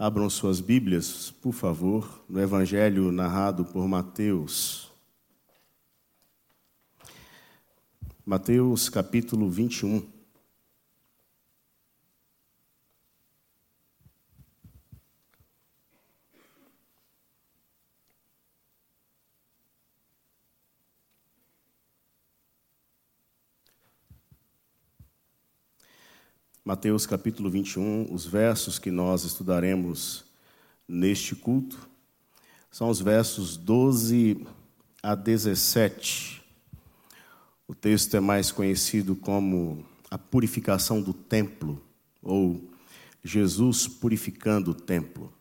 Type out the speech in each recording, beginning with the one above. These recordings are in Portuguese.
Abram suas Bíblias, por favor, no Evangelho narrado por Mateus. Mateus, capítulo 21. Mateus capítulo 21, os versos que nós estudaremos neste culto são os versos 12 a 17. O texto é mais conhecido como a purificação do templo, ou Jesus purificando o templo.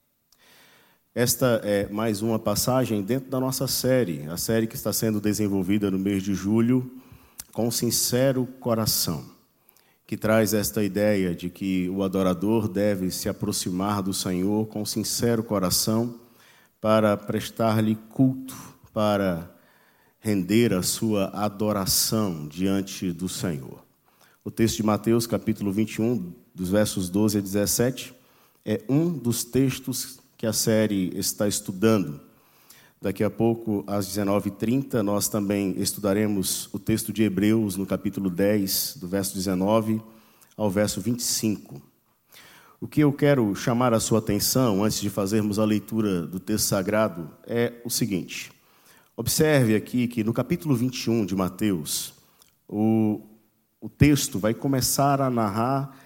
Esta é mais uma passagem dentro da nossa série, a série que está sendo desenvolvida no mês de julho, com sincero coração, que traz esta ideia de que o adorador deve se aproximar do Senhor com sincero coração para prestar-lhe culto, para render a sua adoração diante do Senhor. O texto de Mateus, capítulo 21, dos versos 12 a 17, é um dos textos que a série está estudando. Daqui a pouco, às 19h30, nós também estudaremos o texto de Hebreus, no capítulo 10, do verso 19 ao verso 25. O que eu quero chamar a sua atenção, antes de fazermos a leitura do texto sagrado, é o seguinte. Observe aqui que no capítulo 21 de Mateus, o texto vai começar a narrar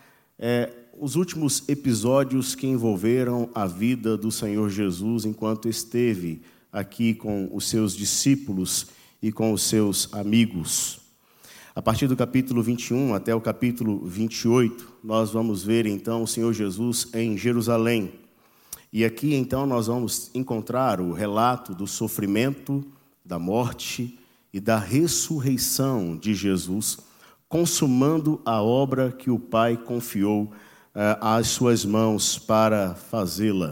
os últimos episódios que envolveram a vida do Senhor Jesus enquanto esteve aqui com os seus discípulos e com os seus amigos. A partir do capítulo 21 até o capítulo 28, nós vamos ver então o Senhor Jesus em Jerusalém. E aqui então nós vamos encontrar o relato do sofrimento, da morte e da ressurreição de Jesus, consumando a obra que o Pai confiou às suas mãos para fazê-la.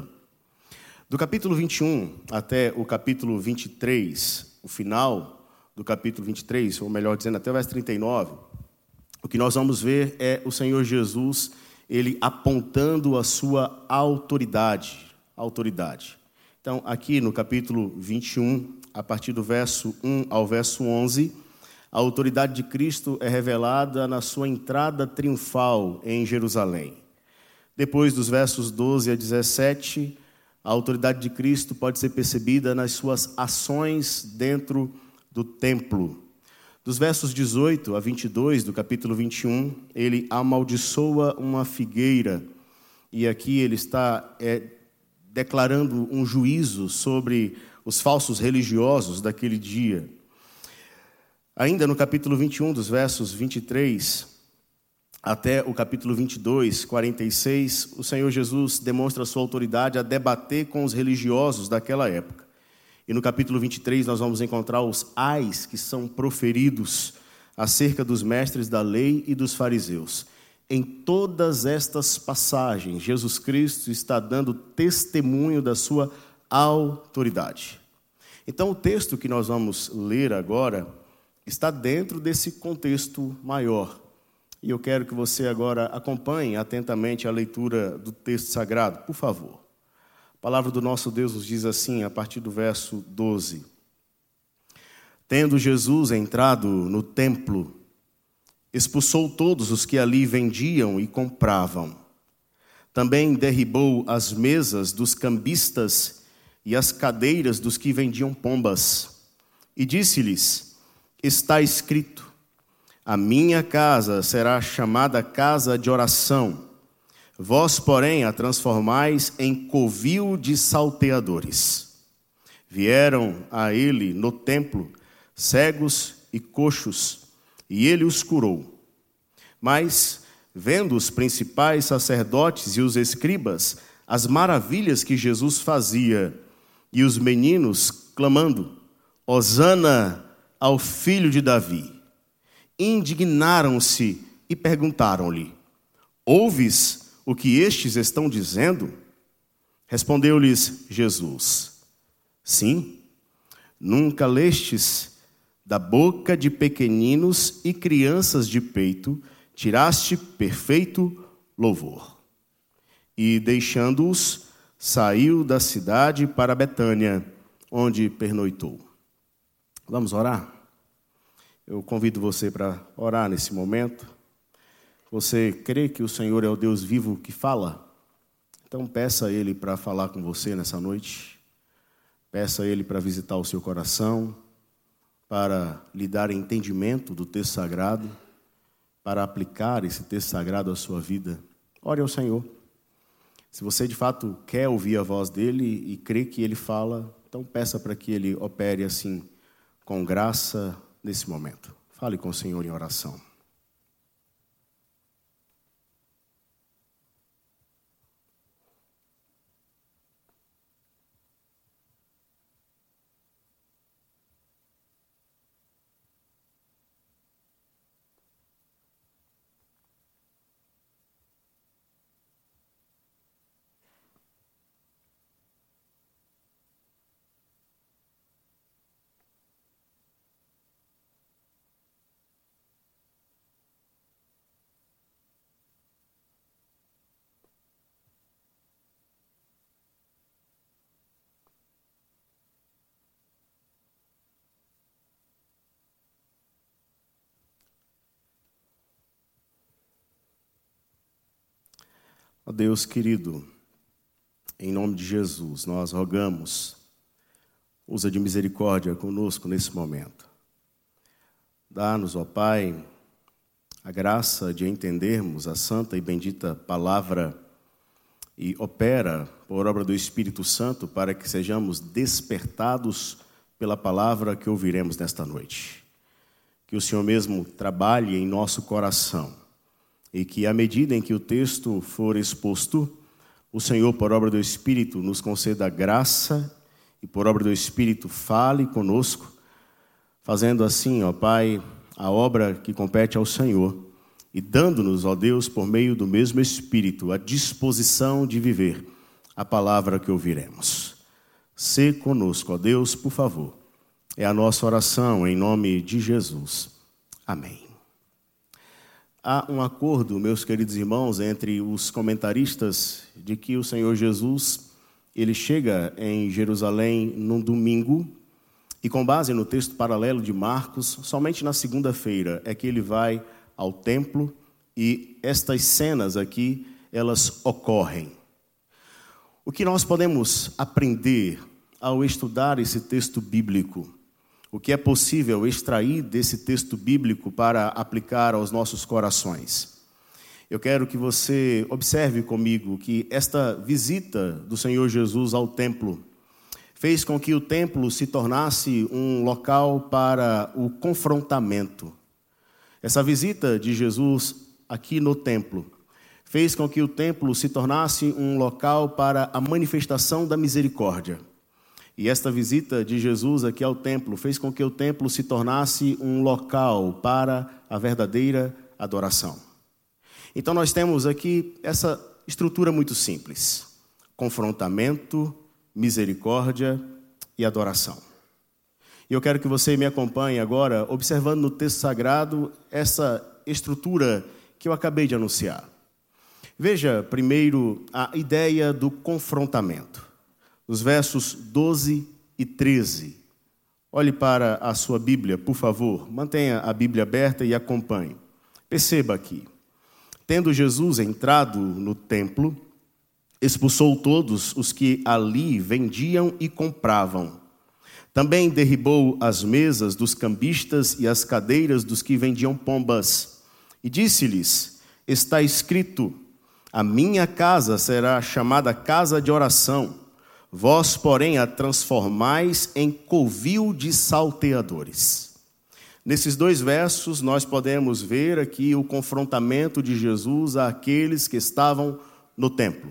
Do capítulo 21 até o capítulo 23, o final do capítulo 23, ou melhor dizendo, até o verso 39, o que nós vamos ver é o Senhor Jesus, ele apontando a sua autoridade. Então, aqui no capítulo 21, a partir do verso 1 ao verso 11, a autoridade de Cristo é revelada na sua entrada triunfal em Jerusalém. Depois dos versos 12 a 17, a autoridade de Cristo pode ser percebida nas suas ações dentro do templo. Dos versos 18 a 22 do capítulo 21, ele amaldiçoa uma figueira. E aqui ele está declarando um juízo sobre os falsos religiosos daquele dia. Ainda no capítulo 21, dos versos 23 até o capítulo 22, 46, o Senhor Jesus demonstra sua autoridade a debater com os religiosos daquela época. E no capítulo 23 nós vamos encontrar os ais que são proferidos acerca dos mestres da lei e dos fariseus. Em todas estas passagens, Jesus Cristo está dando testemunho da sua autoridade. Então o texto que nós vamos ler agora está dentro desse contexto maior. E eu quero que você agora acompanhe atentamente a leitura do texto sagrado, por favor. A palavra do nosso Deus nos diz assim, a partir do verso 12. Tendo Jesus entrado no templo, expulsou todos os que ali vendiam e compravam. Também derribou as mesas dos cambistas e as cadeiras dos que vendiam pombas. E disse-lhes, está escrito, a minha casa será chamada casa de oração. Vós, porém, a transformais em covil de salteadores. Vieram a ele no templo cegos e coxos, e ele os curou. Mas, vendo os principais sacerdotes e os escribas as maravilhas que Jesus fazia, e os meninos clamando, Hosana ao filho de Davi, indignaram-se e perguntaram-lhe, ouves o que estes estão dizendo? Respondeu-lhes Jesus, sim, nunca lestes da boca de pequeninos e crianças de peito, tiraste perfeito louvor. e, deixando-os, saiu da cidade para Betânia, onde pernoitou. Vamos orar? Eu convido você para orar nesse momento. Você crê que o Senhor é o Deus vivo que fala? Então peça a Ele para falar com você nessa noite. Peça a Ele para visitar o seu coração, para lhe dar entendimento do texto sagrado, para aplicar esse texto sagrado à sua vida. Ore ao Senhor. Se você de fato quer ouvir a voz dEle e crê que Ele fala, então peça para que Ele opere assim, com graça, nesse momento. Fale com o Senhor em oração. Ó Deus querido, em nome de Jesus, nós rogamos, usa de misericórdia conosco nesse momento. Dá-nos, ó Pai, a graça de entendermos a santa e bendita palavra e opera por obra do Espírito Santo para que sejamos despertados pela palavra que ouviremos nesta noite. Que o Senhor mesmo trabalhe em nosso coração e que, à medida em que o texto for exposto, o Senhor, por obra do Espírito, nos conceda graça e, por obra do Espírito, fale conosco, fazendo assim, ó Pai, a obra que compete ao Senhor e dando-nos, ó Deus, por meio do mesmo Espírito, a disposição de viver a palavra que ouviremos. Sê conosco, ó Deus, por favor. É a nossa oração em nome de Jesus. Amém. Há um acordo, meus queridos irmãos, entre os comentaristas de que o Senhor Jesus, ele chega em Jerusalém num domingo e, com base no texto paralelo de Marcos, somente na segunda-feira é que ele vai ao templo e estas cenas aqui, elas ocorrem. O que nós podemos aprender ao estudar esse texto bíblico? O que é possível extrair desse texto bíblico para aplicar aos nossos corações? Eu quero que você observe comigo que esta visita do Senhor Jesus ao templo fez com que o templo se tornasse um local para o confrontamento. Essa visita de Jesus aqui no templo fez com que o templo se tornasse um local para a manifestação da misericórdia. E esta visita de Jesus aqui ao templo fez com que o templo se tornasse um local para a verdadeira adoração. Então nós temos aqui essa estrutura muito simples: confrontamento, misericórdia e adoração. E eu quero que você me acompanhe agora, observando no texto sagrado essa estrutura que eu acabei de anunciar. Veja primeiro a ideia do confrontamento. Os versos 12 e 13. Olhe para a sua Bíblia, por favor. Mantenha a Bíblia aberta e acompanhe. Perceba aqui. Tendo Jesus entrado no templo, expulsou todos os que ali vendiam e compravam. Também derribou as mesas dos cambistas e as cadeiras dos que vendiam pombas. E disse-lhes: está escrito, a minha casa será chamada casa de oração. Vós, porém, a transformais em covil de salteadores. Nesses dois versos, nós podemos ver aqui o confrontamento de Jesus àqueles que estavam no templo.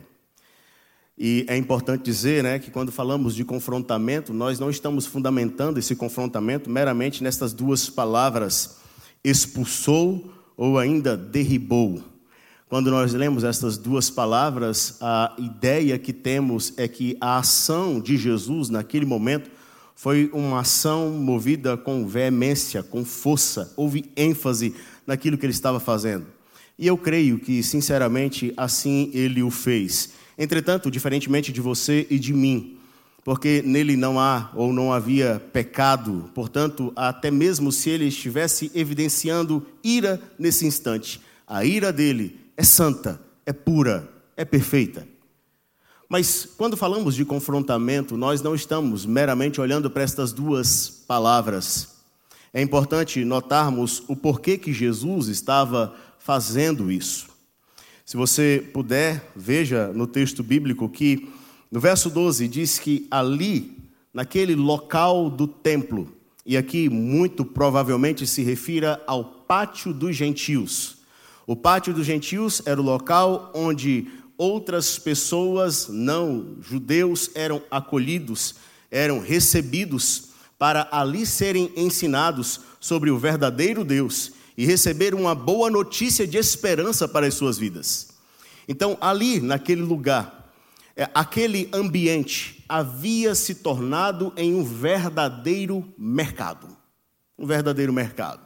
E é importante dizer, que quando falamos de confrontamento, nós não estamos fundamentando esse confrontamento meramente nestas duas palavras, expulsou ou ainda derribou. Quando nós lemos essas duas palavras, a ideia que temos é que a ação de Jesus naquele momento foi uma ação movida com veemência, com força, houve ênfase naquilo que ele estava fazendo. E eu creio que, sinceramente, assim ele o fez. Entretanto, diferentemente de você e de mim, porque nele não há ou não havia pecado, portanto, até mesmo se ele estivesse evidenciando ira nesse instante, a ira dele é santa, é pura, é perfeita. Mas quando falamos de confrontamento, nós não estamos meramente olhando para estas duas palavras. É importante notarmos o porquê que Jesus estava fazendo isso. Se você puder, veja no texto bíblico que no verso 12 diz que ali, naquele local do templo, e aqui muito provavelmente se refira ao pátio dos gentios. O pátio dos gentios era o local onde outras pessoas não judeus eram acolhidos, eram recebidos para ali serem ensinados sobre o verdadeiro Deus e receber uma boa notícia de esperança para as suas vidas. Então, ali, naquele lugar, aquele ambiente havia se tornado em um verdadeiro mercado. Um verdadeiro mercado.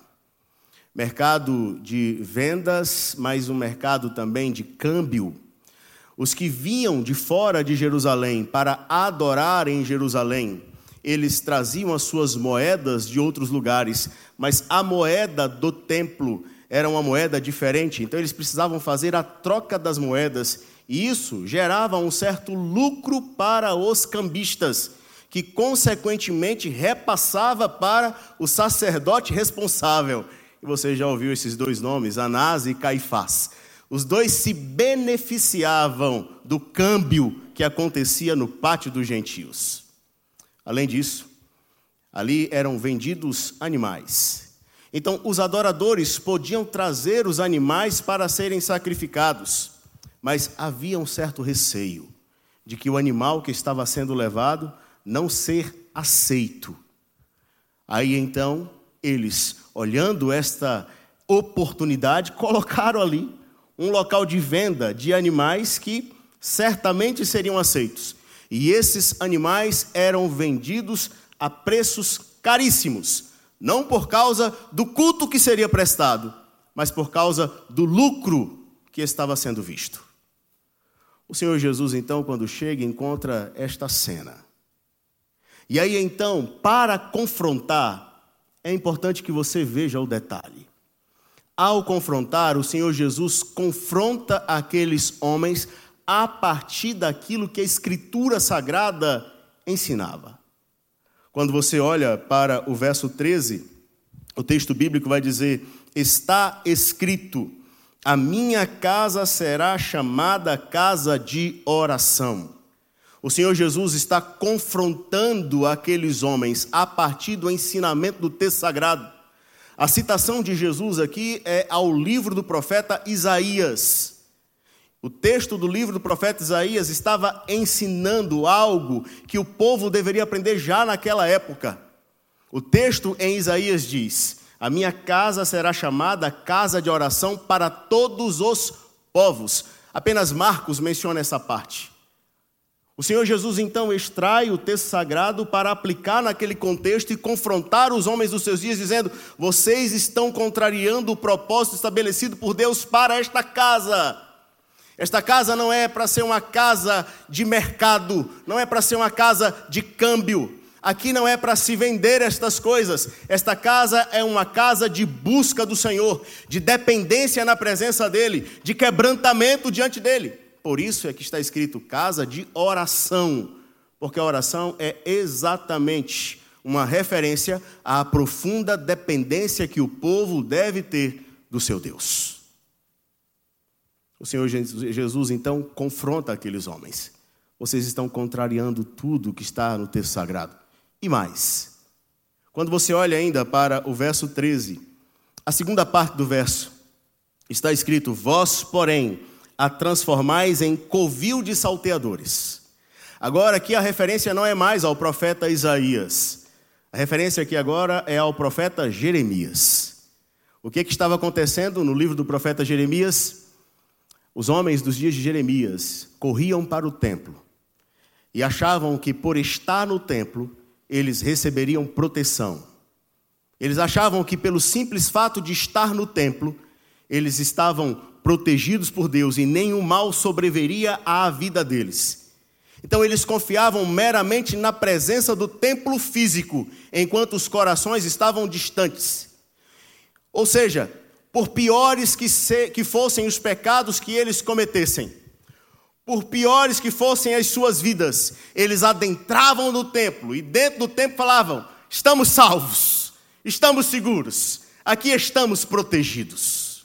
Mercado de vendas, mas um mercado também de câmbio. Os que vinham de fora de Jerusalém para adorar em Jerusalém, eles traziam as suas moedas de outros lugares, mas a moeda do templo era uma moeda diferente, então eles precisavam fazer a troca das moedas, e isso gerava um certo lucro para os cambistas, que consequentemente repassava para o sacerdote responsável. E você já ouviu esses dois nomes, Anás e Caifás. Os dois se beneficiavam do câmbio que acontecia no pátio dos gentios. Além disso, ali eram vendidos animais. Então, os adoradores podiam trazer os animais para serem sacrificados, mas havia um certo receio de que o animal que estava sendo levado não ser aceito. Aí, então, eles, olhando esta oportunidade, colocaram ali um local de venda de animais que certamente seriam aceitos. E esses animais eram vendidos a preços caríssimos, não por causa do culto que seria prestado, mas por causa do lucro que estava sendo visto. O Senhor Jesus, então, quando chega, encontra esta cena. E aí, então, para confrontar, é importante que você veja o detalhe. Ao confrontar, o Senhor Jesus confronta aqueles homens a partir daquilo que a Escritura Sagrada ensinava. Quando você olha para o verso 13, o texto bíblico vai dizer: está escrito, a minha casa será chamada casa de oração. O Senhor Jesus está confrontando aqueles homens a partir do ensinamento do texto sagrado. A citação de Jesus aqui é ao livro do profeta Isaías. O texto do livro do profeta Isaías estava ensinando algo que o povo deveria aprender já naquela época. O texto em Isaías diz: a minha casa será chamada casa de oração para todos os povos. Apenas Marcos menciona essa parte. O Senhor Jesus então extrai o texto sagrado para aplicar naquele contexto e confrontar os homens dos seus dias, dizendo: vocês estão contrariando o propósito estabelecido por Deus para esta casa. Esta casa não é para ser uma casa de mercado, não é para ser uma casa de câmbio. Aqui não é para se vender estas coisas. Esta casa é uma casa de busca do Senhor, de dependência na presença dEle, de quebrantamento diante dEle. Por isso é que está escrito casa de oração, porque a oração é exatamente uma referência à profunda dependência que o povo deve ter do seu Deus. O Senhor Jesus, então, confronta aqueles homens. Vocês estão contrariando tudo que está no texto sagrado. E mais, quando você olha ainda para o verso 13, a segunda parte do verso, está escrito: vós, porém, a transformais em covil de salteadores. Agora aqui a referência não é mais ao profeta Isaías. A referência aqui agora é ao profeta Jeremias. O que estava acontecendo no livro do profeta Jeremias? Os homens dos dias de Jeremias corriam para o templo e achavam que por estar no templo eles receberiam proteção. Eles achavam que pelo simples fato de estar no templo eles estavam protegidos por Deus e nenhum mal sobreviria à vida deles. Então eles confiavam meramente na presença do templo físico, enquanto os corações estavam distantes. Ou seja, por piores que fossem os pecados que eles cometessem, por piores que fossem as suas vidas, eles adentravam no templo e dentro do templo falavam: estamos salvos, estamos seguros, aqui estamos protegidos.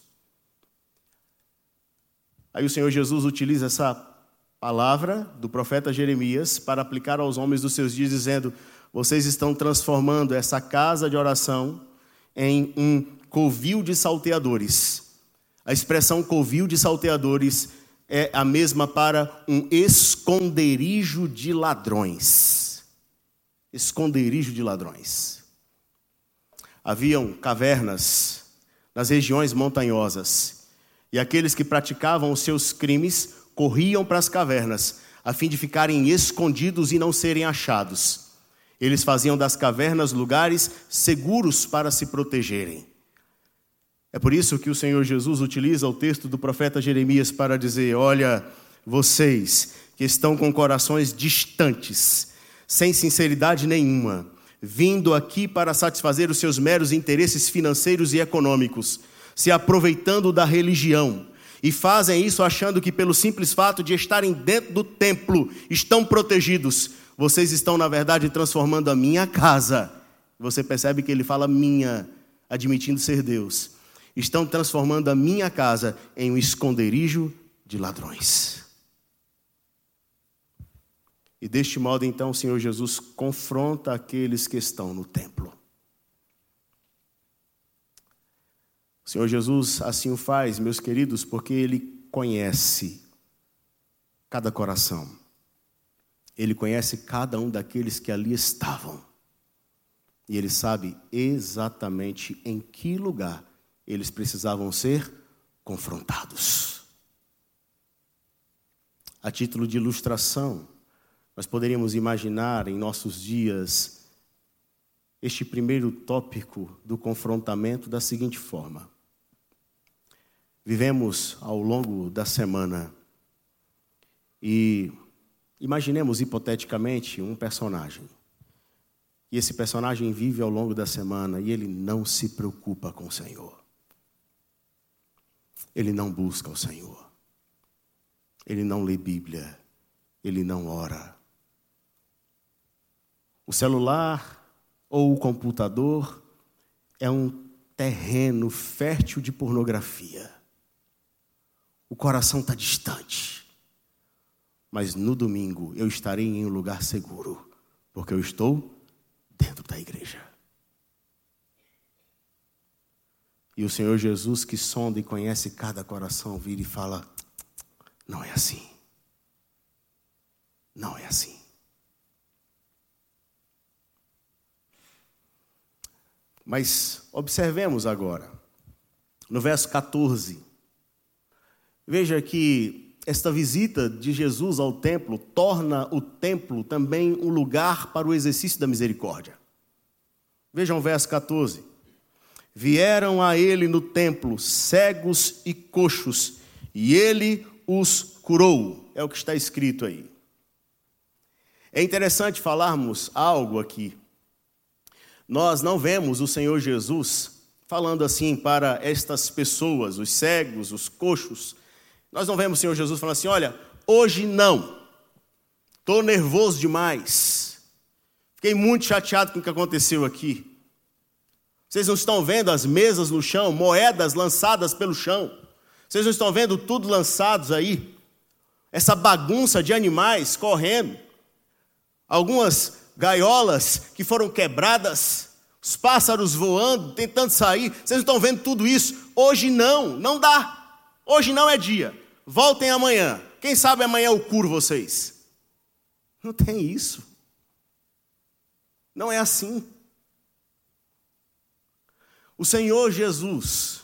Aí o Senhor Jesus utiliza essa palavra do profeta Jeremias para aplicar aos homens dos seus dias, dizendo: vocês estão transformando essa casa de oração em um covil de salteadores. A expressão covil de salteadores é a mesma para um esconderijo de ladrões. Esconderijo de ladrões. Haviam cavernas nas regiões montanhosas, e aqueles que praticavam os seus crimes corriam para as cavernas, a fim de ficarem escondidos e não serem achados. Eles faziam das cavernas lugares seguros para se protegerem. É por isso que o Senhor Jesus utiliza o texto do profeta Jeremias para dizer: olha, vocês que estão com corações distantes, sem sinceridade nenhuma, vindo aqui para satisfazer os seus meros interesses financeiros e econômicos, se aproveitando da religião, e fazem isso achando que pelo simples fato de estarem dentro do templo estão protegidos. Vocês estão, na verdade, transformando a minha casa. Você percebe que ele fala minha, admitindo ser Deus. Estão transformando a minha casa em um esconderijo de ladrões. E deste modo, então, o Senhor Jesus confronta aqueles que estão no templo. O Senhor Jesus assim o faz, meus queridos, porque Ele conhece cada coração. Ele conhece cada um daqueles que ali estavam. E Ele sabe exatamente em que lugar eles precisavam ser confrontados. A título de ilustração, nós poderíamos imaginar em nossos dias este primeiro tópico do confrontamento da seguinte forma: vivemos ao longo da semana e imaginemos hipoteticamente um personagem. E esse personagem vive ao longo da semana e ele não se preocupa com o Senhor. Ele não busca o Senhor. Ele não lê Bíblia. Ele não ora. O celular ou o computador é um terreno fértil de pornografia. O coração está distante. Mas no domingo eu estarei em um lugar seguro, porque eu estou dentro da igreja. E o Senhor Jesus, que sonda e conhece cada coração, vira e fala: não é assim. Não é assim. Mas observemos agora, no verso 14. Veja que esta visita de Jesus ao templo torna o templo também um lugar para o exercício da misericórdia. Vejam o verso 14. Vieram a ele no templo cegos e coxos, e ele os curou. É o que está escrito aí. É interessante falarmos algo aqui. Nós não vemos o Senhor Jesus falando assim para estas pessoas, os cegos, os coxos. Nós não vemos o Senhor Jesus falando assim: olha, hoje não. Estou nervoso demais. Fiquei muito chateado com o que aconteceu aqui. Vocês não estão vendo as mesas no chão, moedas lançadas pelo chão? Vocês não estão vendo tudo lançados aí? Essa bagunça de animais correndo. Algumas gaiolas que foram quebradas. Os pássaros voando, tentando sair. Vocês não estão vendo tudo isso? Hoje não dá. Hoje não é dia. Voltem amanhã. Quem sabe amanhã eu curo vocês. Não tem isso. Não é assim. O Senhor Jesus,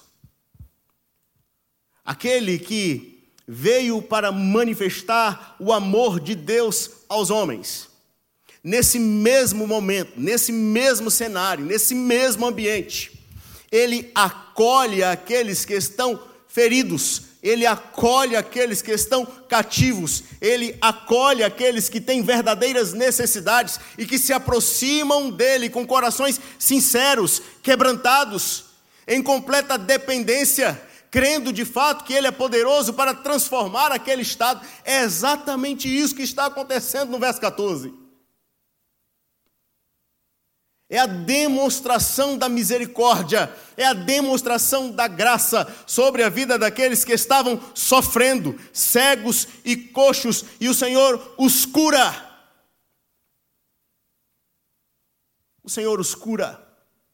aquele que veio para manifestar o amor de Deus aos homens, nesse mesmo momento, nesse mesmo cenário, nesse mesmo ambiente, Ele acolhe aqueles que estão feridos, Ele acolhe aqueles que estão cativos, Ele acolhe aqueles que têm verdadeiras necessidades e que se aproximam dEle com corações sinceros, quebrantados, em completa dependência, crendo de fato que Ele é poderoso para transformar aquele estado. É exatamente isso que está acontecendo no verso 14. É a demonstração da misericórdia, é a demonstração da graça sobre a vida daqueles que estavam sofrendo, cegos e coxos, e o Senhor os cura. O Senhor os cura.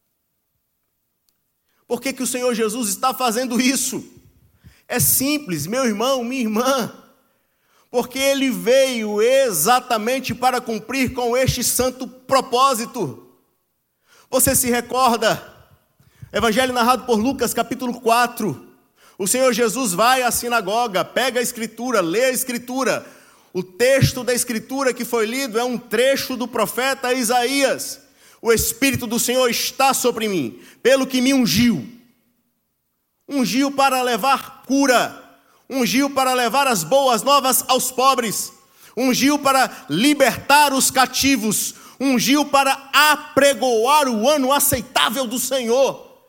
Por que o Senhor Jesus está fazendo isso? É simples, meu irmão, minha irmã, porque Ele veio exatamente para cumprir com este santo propósito. Você se recorda, Evangelho narrado por Lucas, capítulo 4, o Senhor Jesus vai à sinagoga, pega a Escritura, lê a Escritura. O texto da Escritura que foi lido é um trecho do profeta Isaías. O Espírito do Senhor está sobre mim, pelo que me ungiu. Ungiu para levar cura, ungiu para levar as boas novas aos pobres, ungiu para libertar os cativos, ungiu para apregoar o ano aceitável do Senhor.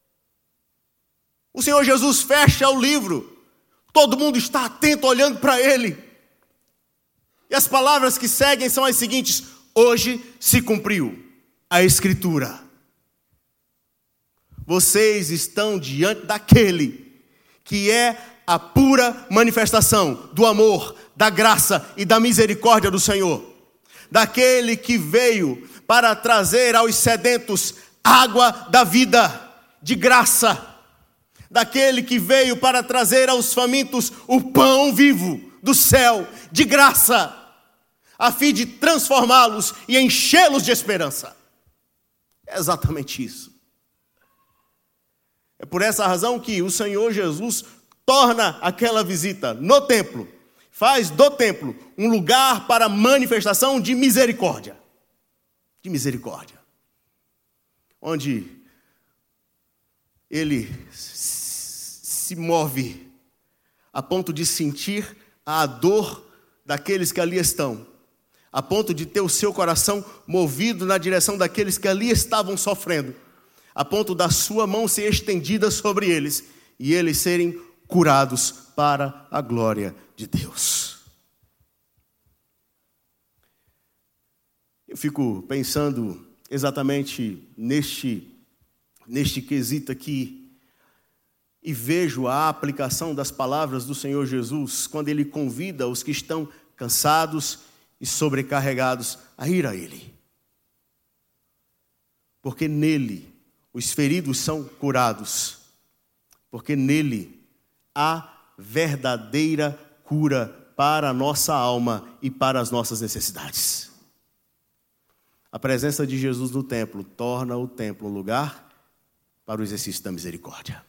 O Senhor Jesus fecha o livro, todo mundo está atento olhando para Ele. E as palavras que seguem são as seguintes: hoje se cumpriu a Escritura. Vocês estão diante daquele que é a pura manifestação do amor, da graça e da misericórdia do Senhor. Daquele que veio para trazer aos sedentos água da vida, de graça. Daquele que veio para trazer aos famintos o pão vivo do céu, de graça, a fim de transformá-los e enchê-los de esperança. É exatamente isso. É por essa razão que o Senhor Jesus torna aquela visita no templo, faz do templo um lugar para manifestação de misericórdia. De misericórdia. Onde Ele se move a ponto de sentir a dor daqueles que ali estão, a ponto de ter o seu coração movido na direção daqueles que ali estavam sofrendo, a ponto da sua mão ser estendida sobre eles e eles serem curados para a glória de Deus. Eu fico pensando exatamente neste quesito aqui e vejo a aplicação das palavras do Senhor Jesus quando Ele convida os que estão cansados e sobrecarregados a ir a Ele. Porque nele os feridos são curados, porque nele há verdadeira cura para a nossa alma e para as nossas necessidades. A presença de Jesus no templo torna o templo um lugar para o exercício da misericórdia.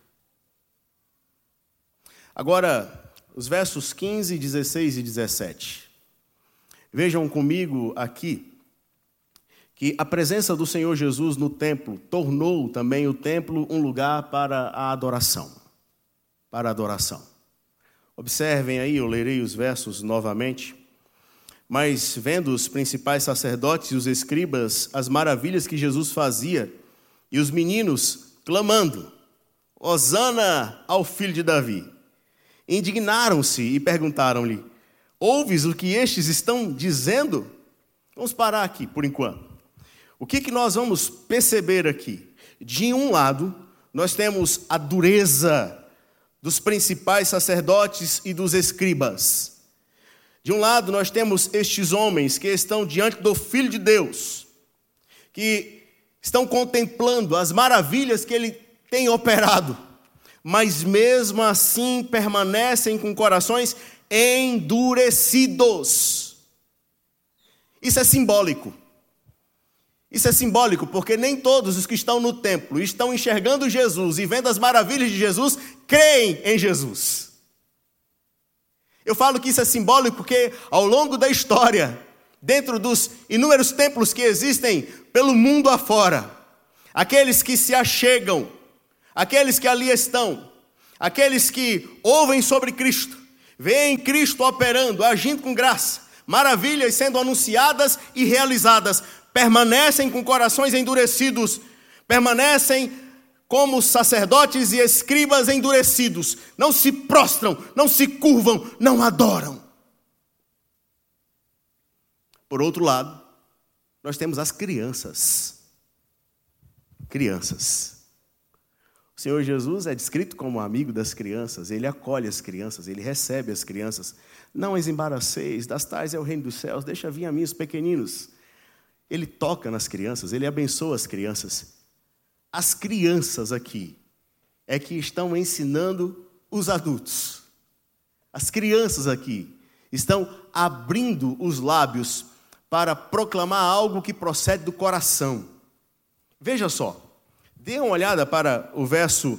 Agora, os versos 15, 16 e 17. Vejam comigo aqui que a presença do Senhor Jesus no templo tornou também o templo um lugar para a adoração. Para a adoração. Observem aí, eu lerei os versos novamente. Mas vendo os principais sacerdotes e os escribas as maravilhas que Jesus fazia, e os meninos clamando, Hosana ao filho de Davi, indignaram-se e perguntaram-lhe, ouves o que estes estão dizendo? Vamos parar aqui por enquanto. O que nós vamos perceber aqui? De um lado, nós temos a dureza dos principais sacerdotes e dos escribas. De um lado, nós temos estes homens que estão diante do Filho de Deus, que estão contemplando as maravilhas que Ele tem operado, mas mesmo assim permanecem com corações endurecidos. Isso é simbólico. Isso é simbólico porque nem todos os que estão no templo estão enxergando Jesus e vendo as maravilhas de Jesus, creem em Jesus. Eu falo que isso é simbólico porque ao longo da história, dentro dos inúmeros templos que existem pelo mundo afora, aqueles que se achegam, aqueles que ali estão, aqueles que ouvem sobre Cristo, veem Cristo operando, agindo com graça, maravilhas sendo anunciadas e realizadas, permanecem com corações endurecidos, permanecem como sacerdotes e escribas endurecidos, não se prostram, não se curvam, não adoram. Por outro lado, nós temos as crianças. Crianças. O Senhor Jesus é descrito como amigo das crianças, ele acolhe as crianças, ele recebe as crianças. Não as embaraceis, das tais é o reino dos céus, deixa vir a mim os pequeninos. Ele toca nas crianças, ele abençoa as crianças. As crianças aqui é que estão ensinando os adultos. As crianças aqui estão abrindo os lábios para proclamar algo que procede do coração. Veja só, dê uma olhada para o verso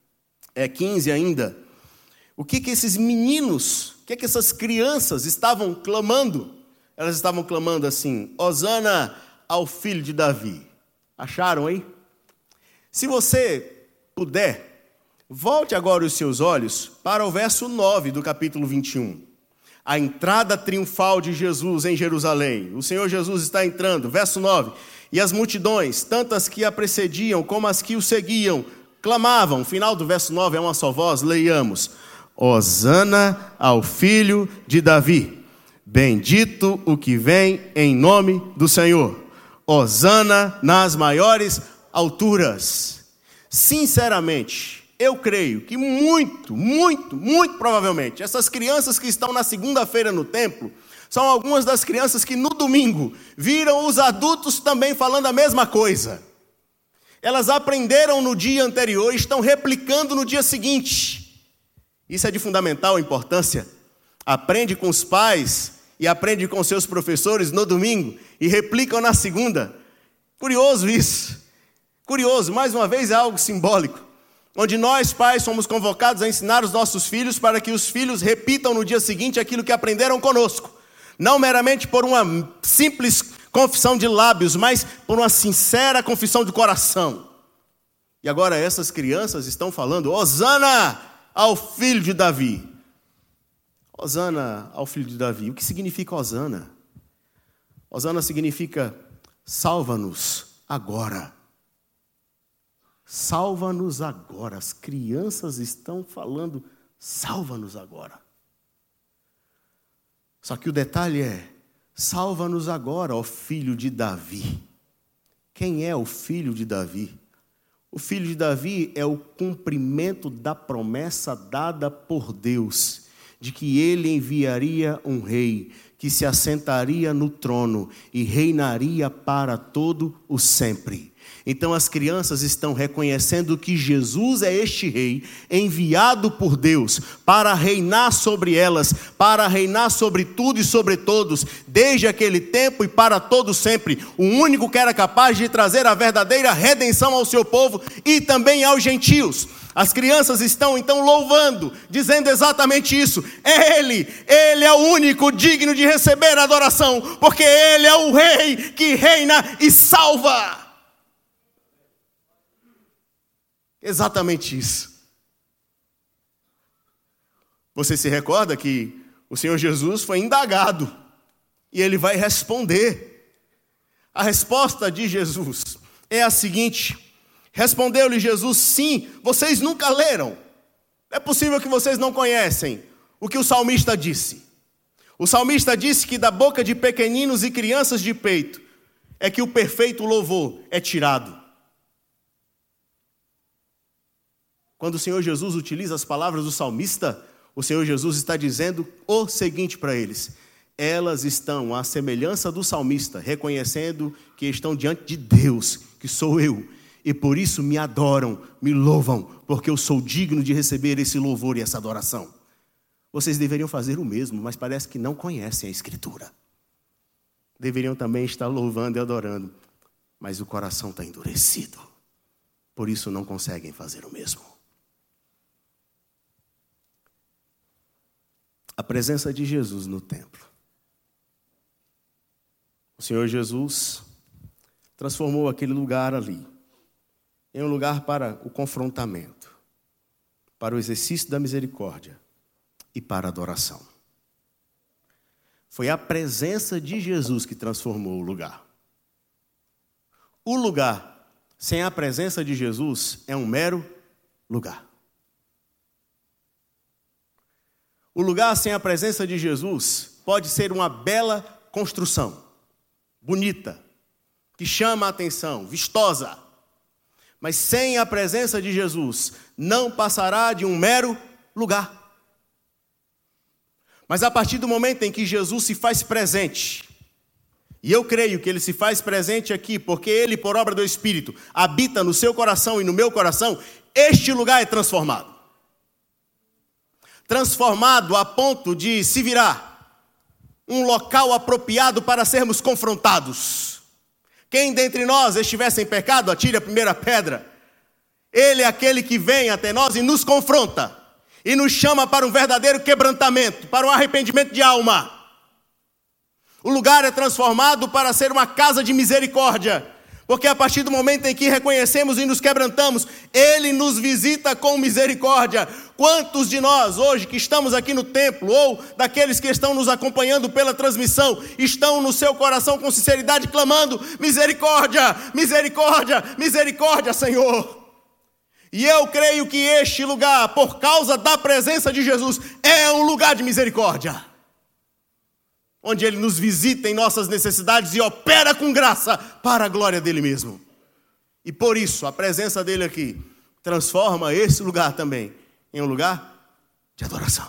15 ainda. O que esses meninos, o que essas crianças estavam clamando? Elas estavam clamando assim: Hosana ao filho de Davi. Acharam aí? Se você puder, volte agora os seus olhos para o verso 9 do capítulo 21. A entrada triunfal de Jesus em Jerusalém. O Senhor Jesus está entrando, verso 9. E as multidões, tanto as que a precediam como as que o seguiam, clamavam. O final do verso 9 é uma só voz, leiamos: Hosana ao filho de Davi. Bendito o que vem em nome do Senhor. Hosana nas maiores alturas. Sinceramente, eu creio que muito provavelmente, essas crianças que estão na segunda-feira no templo, são algumas das crianças que no domingo viram os adultos também falando a mesma coisa. Elas aprenderam no dia anterior e estão replicando no dia seguinte. Isso é de fundamental importância. Aprende com os pais e aprende com seus professores no domingo e replicam na segunda. Curioso isso. Curioso, mais uma vez é algo simbólico, onde nós pais somos convocados a ensinar os nossos filhos para que os filhos repitam no dia seguinte aquilo que aprenderam conosco, não meramente por uma simples confissão de lábios, mas por uma sincera confissão de coração. E agora essas crianças estão falando: Hosana ao filho de Davi. Hosana ao filho de Davi. O que significa Hosana? Hosana significa salva-nos agora. Salva-nos agora. As crianças estão falando: salva-nos agora. Só que o detalhe é: salva-nos agora, ó filho de Davi. Quem é o filho de Davi? O filho de Davi é o cumprimento da promessa dada por Deus, de que ele enviaria um rei, que se assentaria no trono e reinaria para todo o sempre. Então as crianças estão reconhecendo que Jesus é este rei enviado por Deus para reinar sobre elas, para reinar sobre tudo e sobre todos, desde aquele tempo e para todo sempre. O único que era capaz de trazer a verdadeira redenção ao seu povo e também aos gentios. As crianças estão então louvando, dizendo exatamente isso. Ele é o único digno de receber a adoração, porque ele é o rei que reina e salva. Exatamente isso. Você se recorda que o Senhor Jesus foi indagado e ele vai responder. A resposta de Jesus é a seguinte: respondeu-lhe Jesus: sim, vocês nunca leram. É possível que vocês não conhecem o que o salmista disse. O salmista disse que da boca de pequeninos e crianças de peito é que o perfeito louvor é tirado. Quando o Senhor Jesus utiliza as palavras do salmista, o Senhor Jesus está dizendo o seguinte para eles: elas estão à semelhança do salmista, reconhecendo que estão diante de Deus, que sou eu, e por isso me adoram, me louvam, porque eu sou digno de receber esse louvor e essa adoração. Vocês deveriam fazer o mesmo, mas parece que não conhecem a Escritura. Deveriam também estar louvando e adorando, mas o coração está endurecido, por isso não conseguem fazer o mesmo. A presença de Jesus no templo. O Senhor Jesus transformou aquele lugar ali em um lugar para o confrontamento, para o exercício da misericórdia e para a adoração. Foi a presença de Jesus que transformou o lugar. O lugar sem a presença de Jesus é um mero lugar. O lugar sem a presença de Jesus pode ser uma bela construção, bonita, que chama a atenção, vistosa. Mas sem a presença de Jesus, não passará de um mero lugar. Mas a partir do momento em que Jesus se faz presente, e eu creio que Ele se faz presente aqui, porque Ele, por obra do Espírito, habita no seu coração e no meu coração, este lugar é transformado. Transformado a ponto de se virar um local apropriado para sermos confrontados. Quem dentre nós estivesse em pecado, atire a primeira pedra. Ele é aquele que vem até nós e nos confronta. E nos chama para um verdadeiro quebrantamento, para um arrependimento de alma. O lugar é transformado para ser uma casa de misericórdia. Porque a partir do momento em que reconhecemos e nos quebrantamos, Ele nos visita com misericórdia. Quantos de nós hoje que estamos aqui no templo, ou daqueles que estão nos acompanhando pela transmissão, estão no seu coração com sinceridade clamando: misericórdia, misericórdia, misericórdia, Senhor. E eu creio que este lugar, por causa da presença de Jesus, é um lugar de misericórdia. Onde Ele nos visita em nossas necessidades e opera com graça para a glória dEle mesmo. E por isso, a presença dEle aqui transforma esse lugar também em um lugar de adoração.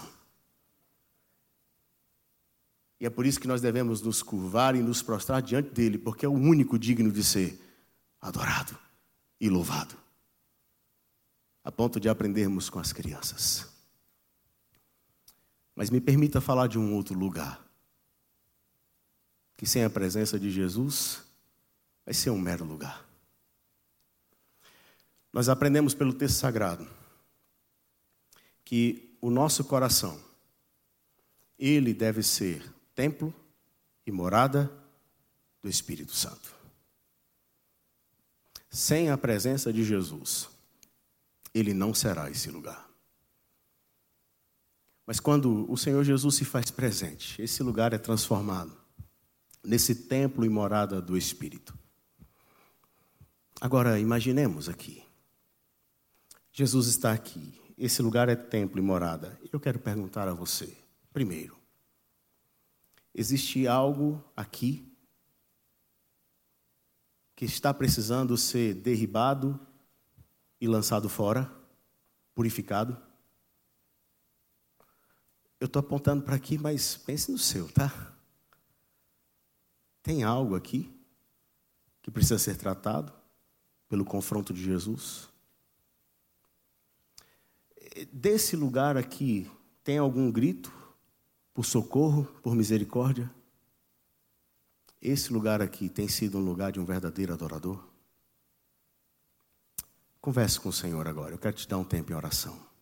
E é por isso que nós devemos nos curvar e nos prostrar diante dEle, porque é o único digno de ser adorado e louvado. A ponto de aprendermos com as crianças. Mas me permita falar de um outro lugar, que sem a presença de Jesus vai ser um mero lugar. Nós aprendemos pelo texto sagrado que o nosso coração, ele deve ser templo e morada do Espírito Santo. Sem a presença de Jesus, ele não será esse lugar. Mas quando o Senhor Jesus se faz presente, esse lugar é transformado nesse templo e morada do Espírito. Agora, imaginemos aqui. Jesus está aqui. Esse lugar é templo e morada. Eu quero perguntar a você, primeiro, existe algo aqui que está precisando ser derribado e lançado fora, purificado? Eu estou apontando para aqui, mas pense no seu, tá? Tem algo aqui que precisa ser tratado pelo confronto de Jesus? Desse lugar aqui, tem algum grito por socorro, por misericórdia? Esse lugar aqui tem sido um lugar de um verdadeiro adorador? Converse com o Senhor agora, eu quero te dar um tempo em oração.